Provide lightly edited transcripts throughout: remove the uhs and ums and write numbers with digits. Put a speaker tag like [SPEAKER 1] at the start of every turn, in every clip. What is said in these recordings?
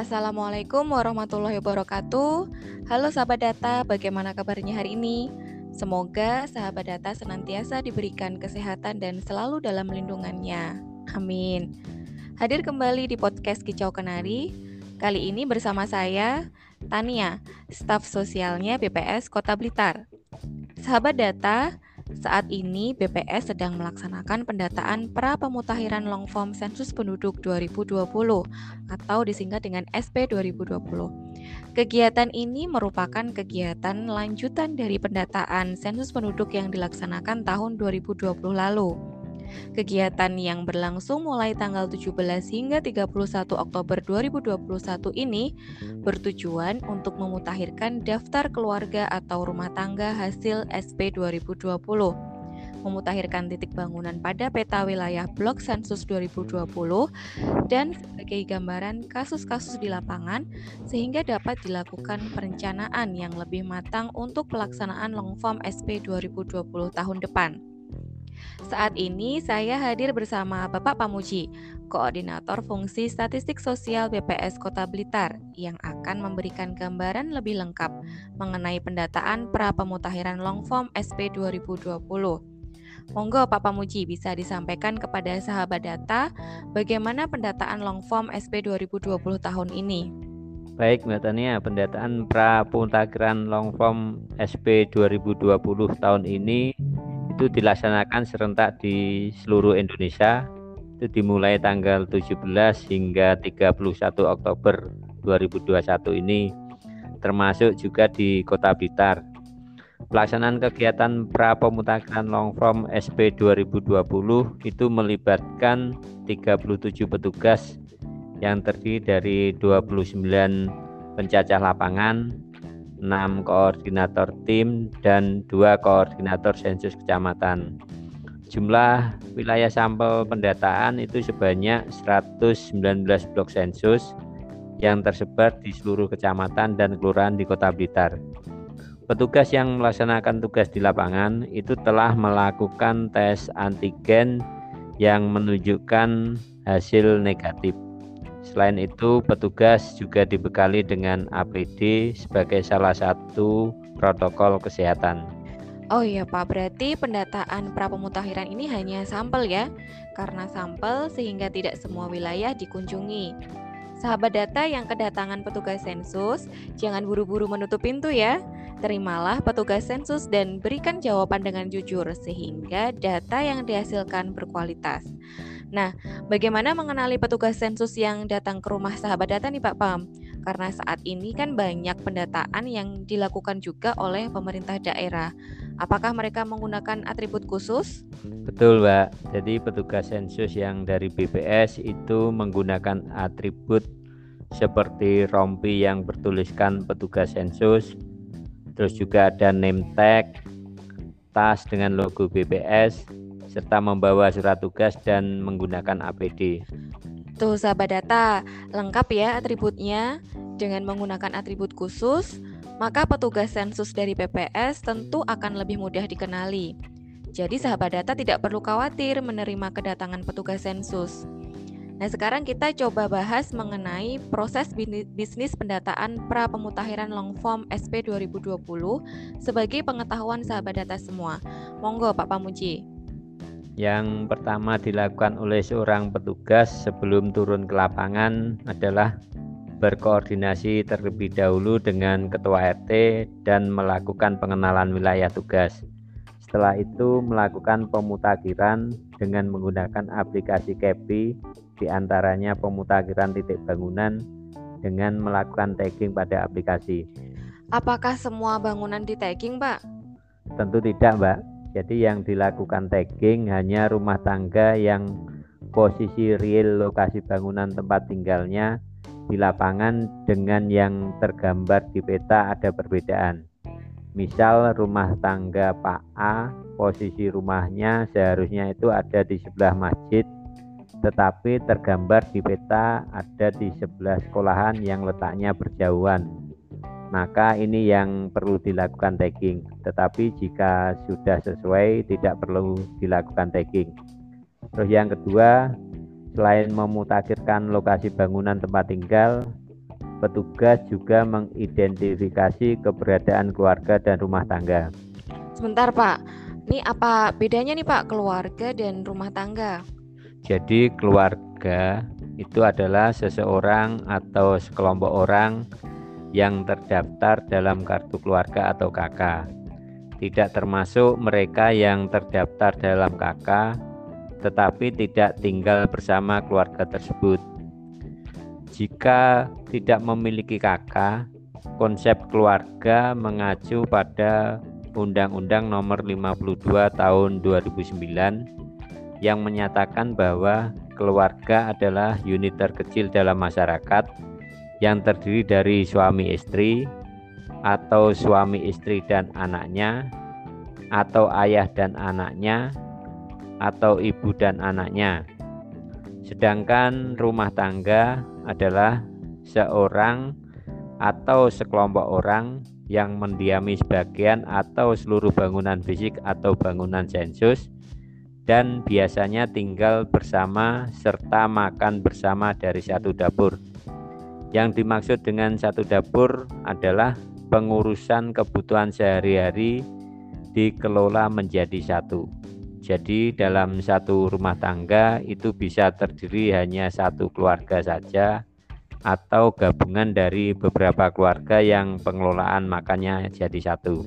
[SPEAKER 1] Assalamualaikum warahmatullahi wabarakatuh. Halo sahabat data, bagaimana kabarnya hari ini? Semoga sahabat data senantiasa diberikan kesehatan dan selalu dalam lindungannya. Amin. Hadir kembali di podcast Kicau Kenari. Kali ini bersama saya, Tania, staf sosialnya BPS Kota Blitar. Sahabat data, saat ini BPS sedang melaksanakan pendataan pra-pemutahiran long form sensus penduduk 2020 atau disingkat dengan SP 2020. Kegiatan ini merupakan kegiatan lanjutan dari pendataan sensus penduduk yang dilaksanakan tahun 2020 lalu. Kegiatan yang berlangsung mulai tanggal 17 hingga 31 Oktober 2021 ini bertujuan untuk memutakhirkan daftar keluarga atau rumah tangga hasil SP 2020, memutakhirkan titik bangunan pada peta wilayah blok sensus 2020, dan sebagai gambaran kasus-kasus di lapangan sehingga dapat dilakukan perencanaan yang lebih matang untuk pelaksanaan long form SP 2020 tahun depan. Saat ini saya hadir bersama Bapak Pamuji, Koordinator Fungsi Statistik Sosial BPS Kota Blitar, yang akan memberikan gambaran lebih lengkap mengenai pendataan pra-pemutahiran long form SP 2020. Monggo Pak Pamuji bisa disampaikan kepada sahabat data bagaimana pendataan long form SP 2020 tahun ini.
[SPEAKER 2] Baik Mbak Tania, pendataan pra-pemutahiran long form SP 2020 tahun ini itu dilaksanakan serentak di seluruh Indonesia. Itu dimulai tanggal 17 hingga 31 Oktober 2021 ini, termasuk juga di Kota Blitar. Pelaksanaan kegiatan pra-pemutahiran long form SP 2020 itu melibatkan 37 petugas yang terdiri dari 29 pencacah lapangan, 6 koordinator tim, dan 2 koordinator sensus kecamatan. Jumlah wilayah sampel pendataan itu sebanyak 119 blok sensus yang tersebar di seluruh kecamatan dan kelurahan di Kota Blitar. Petugas yang melaksanakan tugas di lapangan itu telah melakukan tes antigen yang menunjukkan hasil negatif. Selain itu, petugas juga dibekali dengan APD sebagai salah satu protokol kesehatan.
[SPEAKER 1] Oh iya Pak, berarti pendataan pra-pemutahiran ini hanya sampel ya? Karena sampel sehingga tidak semua wilayah dikunjungi. Sahabat data yang kedatangan petugas sensus, jangan buru-buru menutup pintu ya. Terimalah petugas sensus dan berikan jawaban dengan jujur sehingga data yang dihasilkan berkualitas. Nah, bagaimana mengenali petugas sensus yang datang ke rumah sahabat data nih Pak Pam? Karena saat ini kan banyak pendataan yang dilakukan juga oleh pemerintah daerah. Apakah mereka menggunakan atribut khusus?
[SPEAKER 2] Betul Mbak, jadi petugas sensus yang dari BPS itu menggunakan atribut seperti rompi yang bertuliskan petugas sensus, terus juga ada name tag, tas dengan logo BPS, serta membawa surat tugas dan menggunakan APD.
[SPEAKER 1] Tuh sahabat data, lengkap ya atributnya. Dengan menggunakan atribut khusus, maka petugas sensus dari PPS tentu akan lebih mudah dikenali. Jadi sahabat data tidak perlu khawatir menerima kedatangan petugas sensus. Nah, sekarang kita coba bahas mengenai proses bisnis pendataan pra-pemutahiran long form SP 2020 sebagai pengetahuan sahabat data semua. Monggo Pak Pamuji.
[SPEAKER 2] Yang pertama dilakukan oleh seorang petugas sebelum turun ke lapangan adalah berkoordinasi terlebih dahulu dengan ketua RT dan melakukan pengenalan wilayah tugas. Setelah itu melakukan pemutakhiran dengan menggunakan aplikasi KEPI, diantaranya pemutakhiran titik bangunan dengan melakukan tagging pada aplikasi.
[SPEAKER 1] Apakah semua bangunan di tagging, Pak?
[SPEAKER 2] Tentu tidak, Mbak. Jadi yang dilakukan tagging hanya rumah tangga yang posisi real lokasi bangunan tempat tinggalnya di lapangan dengan yang tergambar di peta ada perbedaan. Misal rumah tangga Pak A, posisi rumahnya seharusnya itu ada di sebelah masjid, tetapi tergambar di peta ada di sebelah sekolahan yang letaknya berjauhan. Maka ini yang perlu dilakukan tagging. Tetapi jika sudah sesuai tidak perlu dilakukan tagging. Terus yang kedua, selain memutakhirkan lokasi bangunan tempat tinggal, petugas juga mengidentifikasi keberadaan keluarga dan rumah tangga.
[SPEAKER 1] Sebentar Pak, ini apa bedanya nih Pak keluarga dan rumah tangga?
[SPEAKER 2] Jadi keluarga itu adalah seseorang atau sekelompok orang yang terdaftar dalam kartu keluarga atau KK. Tidak termasuk mereka yang terdaftar dalam KK tetapi tidak tinggal bersama keluarga tersebut. Jika tidak memiliki KK, konsep keluarga mengacu pada Undang-Undang Nomor 52 Tahun 2009 yang menyatakan bahwa keluarga adalah unit terkecil dalam masyarakat yang terdiri dari suami istri atau suami istri dan anaknya atau ayah dan anaknya atau ibu dan anaknya. Sedangkan rumah tangga adalah seorang atau sekelompok orang yang mendiami sebagian atau seluruh bangunan fisik atau bangunan sensus dan biasanya tinggal bersama serta makan bersama dari satu dapur. Yang dimaksud dengan satu dapur adalah pengurusan kebutuhan sehari-hari dikelola menjadi satu. Jadi dalam satu rumah tangga itu bisa terdiri hanya satu keluarga saja atau gabungan dari beberapa keluarga yang pengelolaan makannya jadi satu.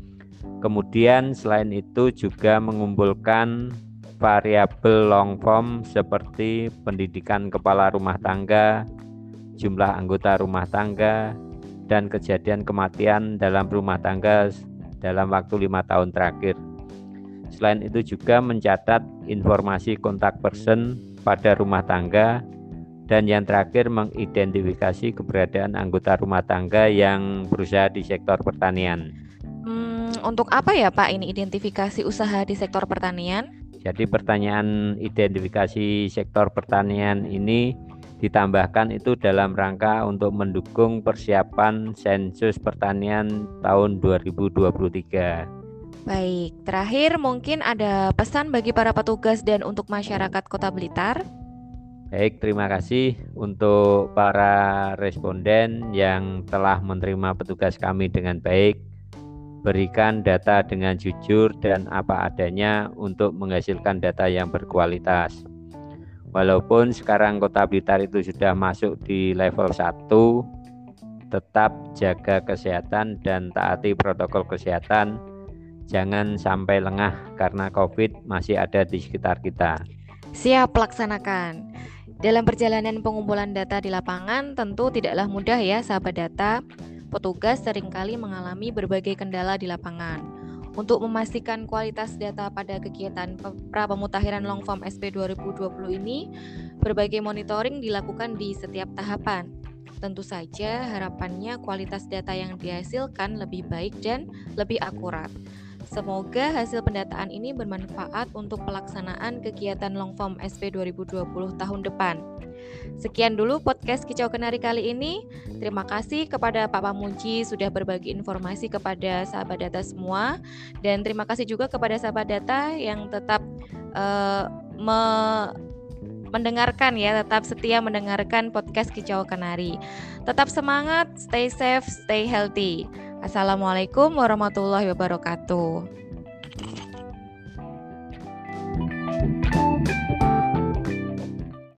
[SPEAKER 2] Kemudian selain itu juga mengumpulkan variabel long form seperti pendidikan kepala rumah tangga, jumlah anggota rumah tangga, dan kejadian kematian dalam rumah tangga dalam waktu 5 tahun terakhir. Selain itu juga mencatat informasi kontak person pada rumah tangga dan yang terakhir mengidentifikasi keberadaan anggota rumah tangga yang berusaha di sektor pertanian.
[SPEAKER 1] Untuk apa ya Pak ini identifikasi usaha di sektor pertanian?
[SPEAKER 2] Jadi pertanyaan identifikasi sektor pertanian ini ditambahkan itu dalam rangka untuk mendukung persiapan sensus pertanian tahun 2023.
[SPEAKER 1] Baik, terakhir mungkin ada pesan bagi para petugas dan untuk masyarakat Kota Blitar.
[SPEAKER 2] Baik, terima kasih untuk para responden yang telah menerima petugas kami dengan baik. Berikan data dengan jujur dan apa adanya untuk menghasilkan data yang berkualitas. Walaupun sekarang Kota Blitar itu sudah masuk di level 1, tetap jaga kesehatan dan taati protokol kesehatan. Jangan sampai lengah karena COVID masih ada di sekitar kita.
[SPEAKER 1] Siap laksanakan. Dalam perjalanan pengumpulan data di lapangan tentu tidaklah mudah ya sahabat data. Petugas seringkali mengalami berbagai kendala di lapangan. Untuk memastikan kualitas data pada kegiatan pra-pemutahiran long form SP 2020 ini, berbagai monitoring dilakukan di setiap tahapan. Tentu saja harapannya kualitas data yang dihasilkan lebih baik dan lebih akurat. Semoga hasil pendataan ini bermanfaat untuk pelaksanaan kegiatan long form SP 2020 tahun depan. Sekian dulu podcast Kicau Kenari kali ini. Terima kasih kepada Pak Pamuji sudah berbagi informasi kepada sahabat data semua. Dan terima kasih juga kepada sahabat data yang tetap mendengarkan ya, tetap setia mendengarkan podcast Kicau Kenari. Tetap semangat, stay safe, stay healthy. Assalamualaikum warahmatullahi wabarakatuh.